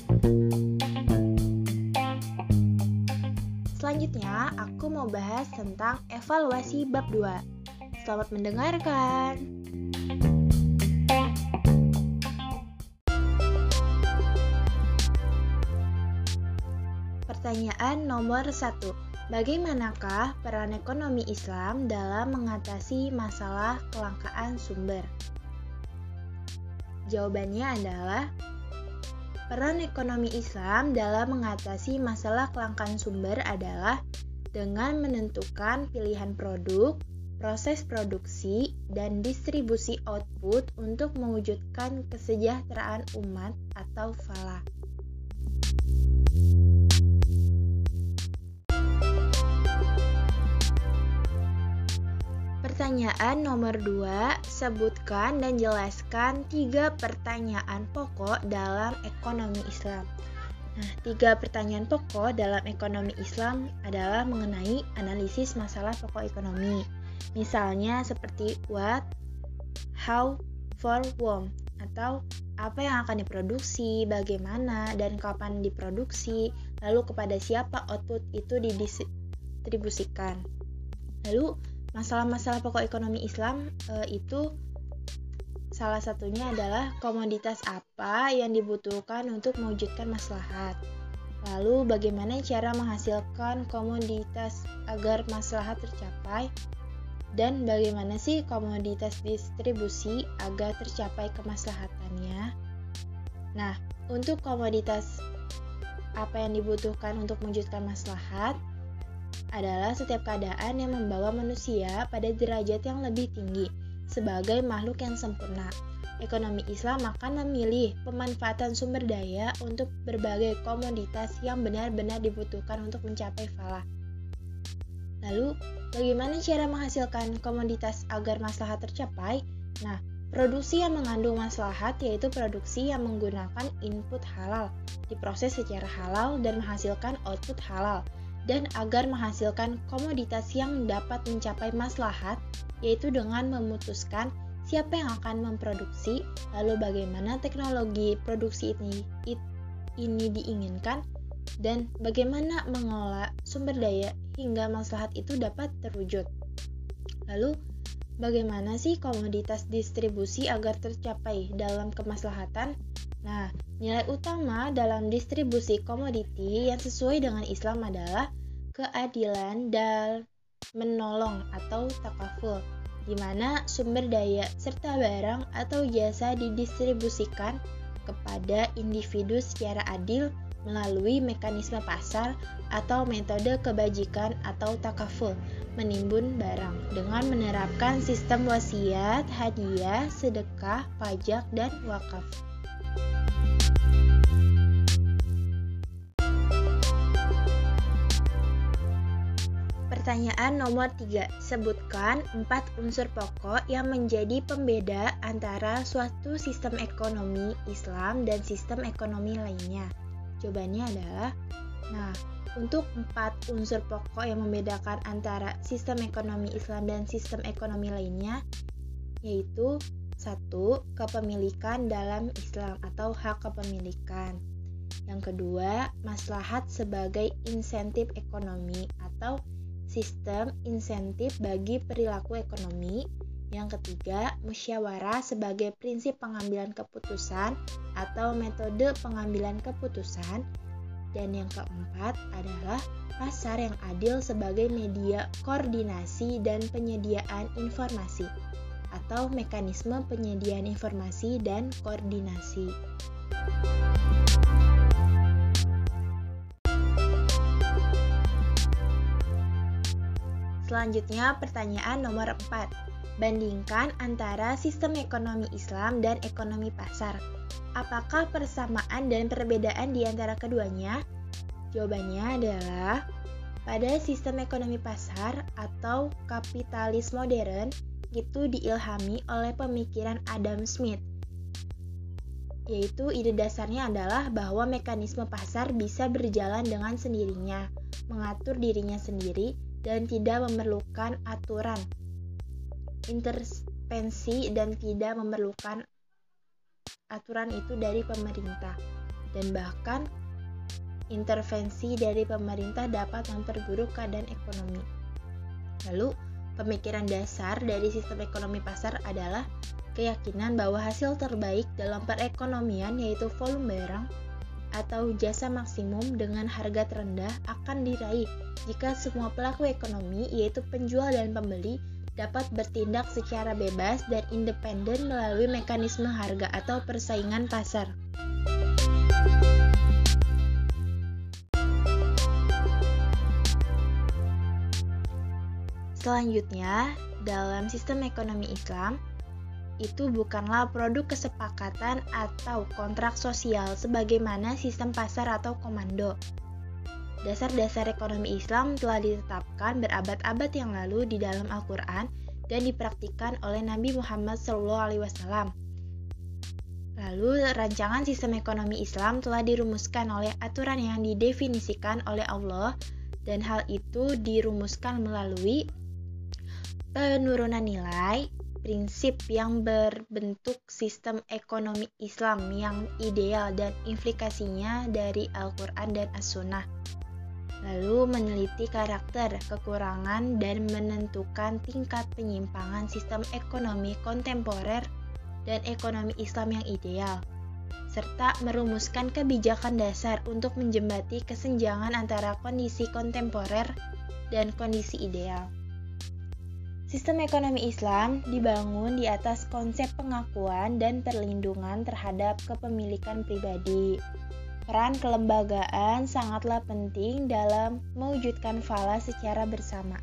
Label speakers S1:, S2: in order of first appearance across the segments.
S1: Selanjutnya, aku mau bahas tentang evaluasi bab 2. Selamat mendengarkan. Pertanyaan nomor 1. Bagaimanakah peran ekonomi Islam dalam mengatasi masalah kelangkaan sumber? Jawabannya adalah peran ekonomi Islam dalam mengatasi masalah kelangkaan sumber adalah dengan menentukan pilihan produk, proses produksi, dan distribusi output untuk mewujudkan kesejahteraan umat atau falah. Pertanyaan nomor 2, sebutkan dan jelaskan 3 pertanyaan pokok dalam ekonomi Islam. Nah, 3 pertanyaan pokok dalam ekonomi Islam adalah mengenai analisis masalah pokok ekonomi. Misalnya seperti what, how, for, whom, atau apa yang akan diproduksi, bagaimana, dan kapan diproduksi, lalu kepada siapa output itu didistribusikan. Lalu masalah-masalah pokok ekonomi Islam itu salah satunya adalah komoditas apa yang dibutuhkan untuk mewujudkan maslahat. Lalu bagaimana cara menghasilkan komoditas agar maslahat tercapai, dan bagaimana sih komoditas distribusi agar tercapai kemaslahatannya. Nah, untuk komoditas apa yang dibutuhkan untuk mewujudkan maslahat adalah setiap keadaan yang membawa manusia pada derajat yang lebih tinggi sebagai makhluk yang sempurna. Ekonomi Islam akan memilih pemanfaatan sumber daya untuk berbagai komoditas yang benar-benar dibutuhkan untuk mencapai falah. Lalu, bagaimana cara menghasilkan komoditas agar maslahat tercapai? Nah, produksi yang mengandung maslahat yaitu produksi yang menggunakan input halal, diproses secara halal dan menghasilkan output halal. Dan agar menghasilkan komoditas yang dapat mencapai maslahat, yaitu dengan memutuskan siapa yang akan memproduksi, lalu bagaimana teknologi produksi ini diinginkan, dan bagaimana mengelola sumber daya hingga maslahat itu dapat terwujud. Lalu, bagaimana sih komoditas distribusi agar tercapai dalam kemaslahatan? Nah, nilai utama dalam distribusi komoditi yang sesuai dengan Islam adalah keadilan dan menolong atau takaful, di mana sumber daya serta barang atau jasa didistribusikan kepada individu secara adil melalui mekanisme pasar atau metode kebajikan atau takaful menimbun barang dengan menerapkan sistem wasiat, hadiah, sedekah, pajak, dan wakaf. Pertanyaan nomor 3. Sebutkan 4 unsur pokok yang menjadi pembeda antara suatu sistem ekonomi Islam dan sistem ekonomi lainnya. Jawabannya adalah, untuk 4 unsur pokok yang membedakan antara sistem ekonomi Islam dan sistem ekonomi lainnya, yaitu 1. Kepemilikan dalam Islam atau hak kepemilikan. Yang kedua, maslahat sebagai insentif ekonomi atau sistem insentif bagi perilaku ekonomi. Yang ketiga, musyawarah sebagai prinsip pengambilan keputusan atau metode pengambilan keputusan. Dan yang keempat adalah pasar yang adil sebagai media koordinasi dan penyediaan informasi atau mekanisme penyediaan informasi dan koordinasi. Selanjutnya pertanyaan nomor 4. Bandingkan antara sistem ekonomi Islam dan ekonomi pasar. Apakah persamaan dan perbedaan di antara keduanya? Jawabannya adalah, pada sistem ekonomi pasar atau kapitalis modern itu diilhami oleh pemikiran Adam Smith. Yaitu ide dasarnya adalah bahwa mekanisme pasar bisa berjalan dengan sendirinya, mengatur dirinya sendiri, dan tidak memerlukan aturan, intervensi, dan tidak memerlukan aturan itu dari pemerintah. dan bahkan intervensi dari pemerintah dapat memperburuk keadaan ekonomi. Lalu, pemikiran dasar dari sistem ekonomi pasar adalah keyakinan bahwa hasil terbaik dalam perekonomian yaitu volume barang atau jasa maksimum dengan harga terendah akan diraih jika semua pelaku ekonomi yaitu penjual dan pembeli dapat bertindak secara bebas dan independen melalui mekanisme harga atau persaingan pasar. Selanjutnya, dalam sistem ekonomi Islam, itu bukanlah produk kesepakatan atau kontrak sosial sebagaimana sistem pasar atau komando. Dasar-dasar ekonomi Islam telah ditetapkan berabad-abad yang lalu di dalam Al-Quran dan dipraktikkan oleh Nabi Muhammad SAW. Lalu, rancangan sistem ekonomi Islam telah dirumuskan oleh aturan yang didefinisikan oleh Allah, dan hal itu dirumuskan melalui penurunan nilai, prinsip yang berbentuk sistem ekonomi Islam yang ideal dan implikasinya dari Al-Quran dan As-Sunnah. Lalu meneliti karakter, kekurangan, dan menentukan tingkat penyimpangan sistem ekonomi kontemporer dan ekonomi Islam yang ideal, serta merumuskan kebijakan dasar untuk menjembati kesenjangan antara kondisi kontemporer dan kondisi ideal. Sistem ekonomi Islam dibangun di atas konsep pengakuan dan perlindungan terhadap kepemilikan pribadi. Peran kelembagaan sangatlah penting dalam mewujudkan falas secara bersama.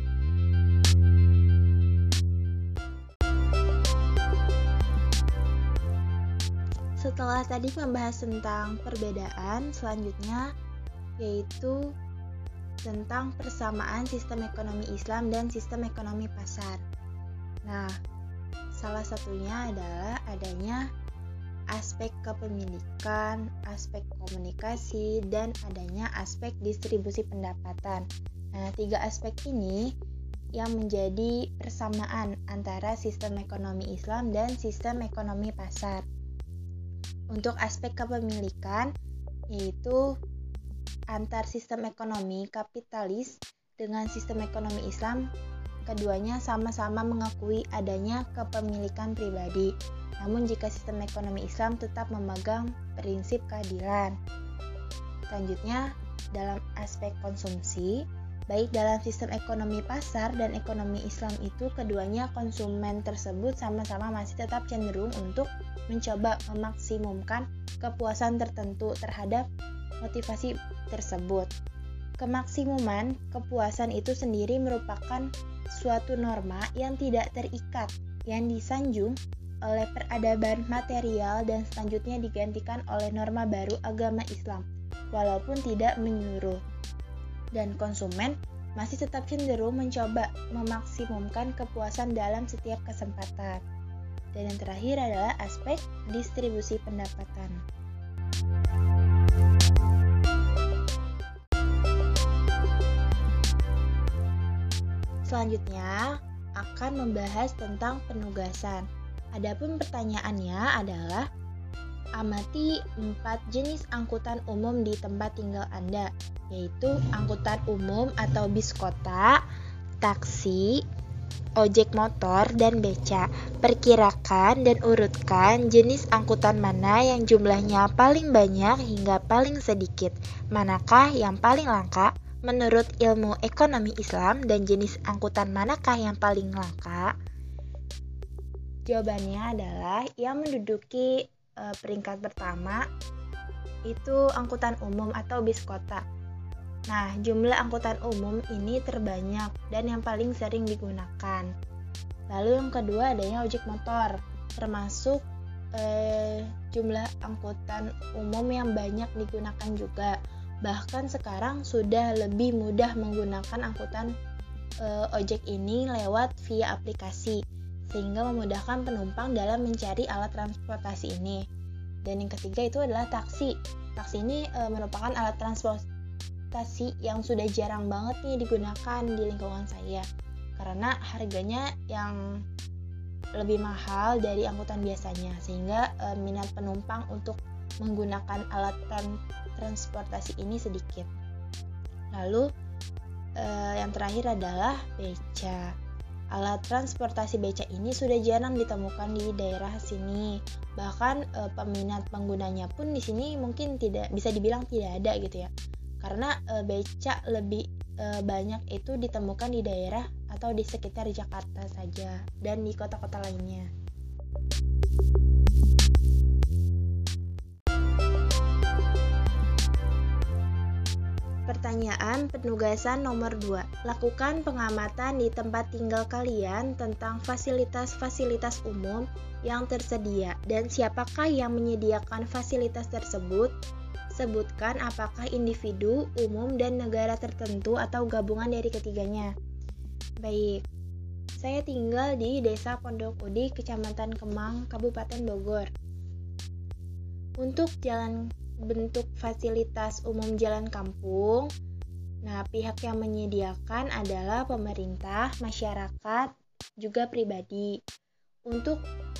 S1: Setelah tadi membahas tentang perbedaan, selanjutnya yaitu tentang persamaan sistem ekonomi Islam dan sistem ekonomi pasar. Nah, salah satunya adalah adanya aspek kepemilikan, aspek komunikasi, dan adanya aspek distribusi pendapatan. Nah, 3 aspek ini yang menjadi persamaan antara sistem ekonomi Islam dan sistem ekonomi pasar. Untuk aspek kepemilikan, yaitu antar sistem ekonomi kapitalis dengan sistem ekonomi Islam, keduanya sama-sama mengakui adanya kepemilikan pribadi. Namun jika sistem ekonomi Islam tetap memegang prinsip keadilan. Selanjutnya, dalam aspek konsumsi, baik dalam sistem ekonomi pasar dan ekonomi Islam itu keduanya konsumen tersebut sama-sama masih tetap cenderung untuk mencoba memaksimumkan kepuasan tertentu terhadap motivasi tersebut. Kemaksimuman kepuasan itu sendiri merupakan suatu norma yang tidak terikat, yang disanjung oleh peradaban material dan selanjutnya digantikan oleh norma baru agama Islam, walaupun tidak menyeluruh. Dan konsumen masih tetap cenderung mencoba memaksimumkan kepuasan dalam setiap kesempatan. Dan yang terakhir adalah aspek distribusi pendapatan. Selanjutnya akan membahas tentang penugasan. Adapun pertanyaannya adalah, amati 4 jenis angkutan umum di tempat tinggal Anda, yaitu angkutan umum atau bis kota, taksi, ojek motor, dan beca. Perkirakan dan urutkan jenis angkutan mana yang jumlahnya paling banyak hingga paling sedikit. Manakah yang paling langka menurut ilmu ekonomi Islam, dan jenis angkutan manakah yang paling langka? Jawabannya adalah yang menduduki peringkat pertama itu angkutan umum atau bis kota. Nah, jumlah angkutan umum ini terbanyak dan yang paling sering digunakan. Lalu yang kedua adanya ojek motor, termasuk jumlah angkutan umum yang banyak digunakan juga. Bahkan sekarang sudah lebih mudah menggunakan angkutan ojek ini lewat via aplikasi, sehingga memudahkan penumpang dalam mencari alat transportasi ini. Dan yang ketiga itu adalah taksi. Taksi ini merupakan alat transportasi yang sudah jarang banget nih digunakan di lingkungan saya, karena harganya yang lebih mahal dari angkutan biasanya, sehingga minat penumpang untuk menggunakan alat transportasi ini sedikit. Lalu yang terakhir adalah beca. Alat transportasi beca ini sudah jarang ditemukan di daerah sini. Bahkan peminat penggunanya pun di sini mungkin tidak bisa dibilang tidak ada gitu ya. Karena beca lebih banyak itu ditemukan di daerah atau di sekitar Jakarta saja dan di kota-kota lainnya. Pertanyaan penugasan nomor 2. Lakukan pengamatan di tempat tinggal kalian tentang fasilitas-fasilitas umum yang tersedia dan siapakah yang menyediakan fasilitas tersebut. Sebutkan apakah individu, umum, dan negara tertentu atau gabungan dari ketiganya. Baik, saya tinggal di Desa Pondok Udi, Kecamatan Kemang, Kabupaten Bogor. Untuk jalan bentuk fasilitas umum jalan kampung, nah pihak yang menyediakan adalah pemerintah, masyarakat, juga pribadi. Untuk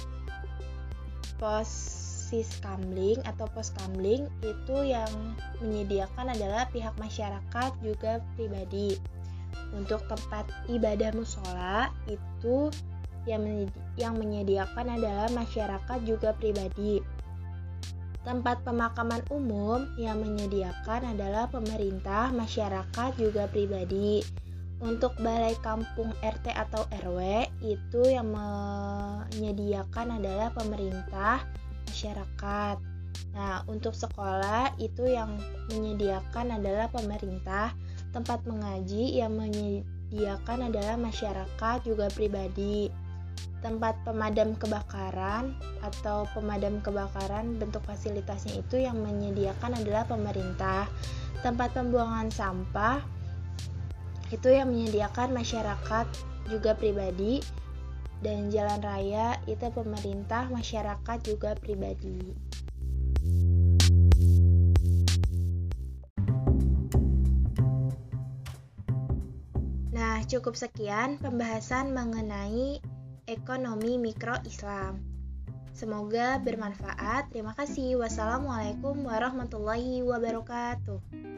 S1: pos kamling atau pos kamling itu yang menyediakan adalah pihak masyarakat juga pribadi. Untuk tempat ibadah musola itu yang menyediakan adalah masyarakat juga pribadi. Tempat pemakaman umum yang menyediakan adalah pemerintah, masyarakat juga pribadi. Untuk balai kampung RT atau RW itu yang menyediakan adalah pemerintah, masyarakat. Nah, untuk sekolah itu yang menyediakan adalah pemerintah, tempat mengaji yang menyediakan adalah masyarakat juga pribadi. Tempat pemadam kebakaran atau pemadam kebakaran bentuk fasilitasnya itu yang menyediakan adalah pemerintah. Tempat pembuangan sampah itu yang menyediakan masyarakat juga pribadi. Dan jalan raya itu pemerintah, masyarakat juga pribadi. Nah, cukup sekian pembahasan mengenai ekonomi mikro Islam. Semoga bermanfaat. Terima kasih. Wassalamualaikum warahmatullahi wabarakatuh.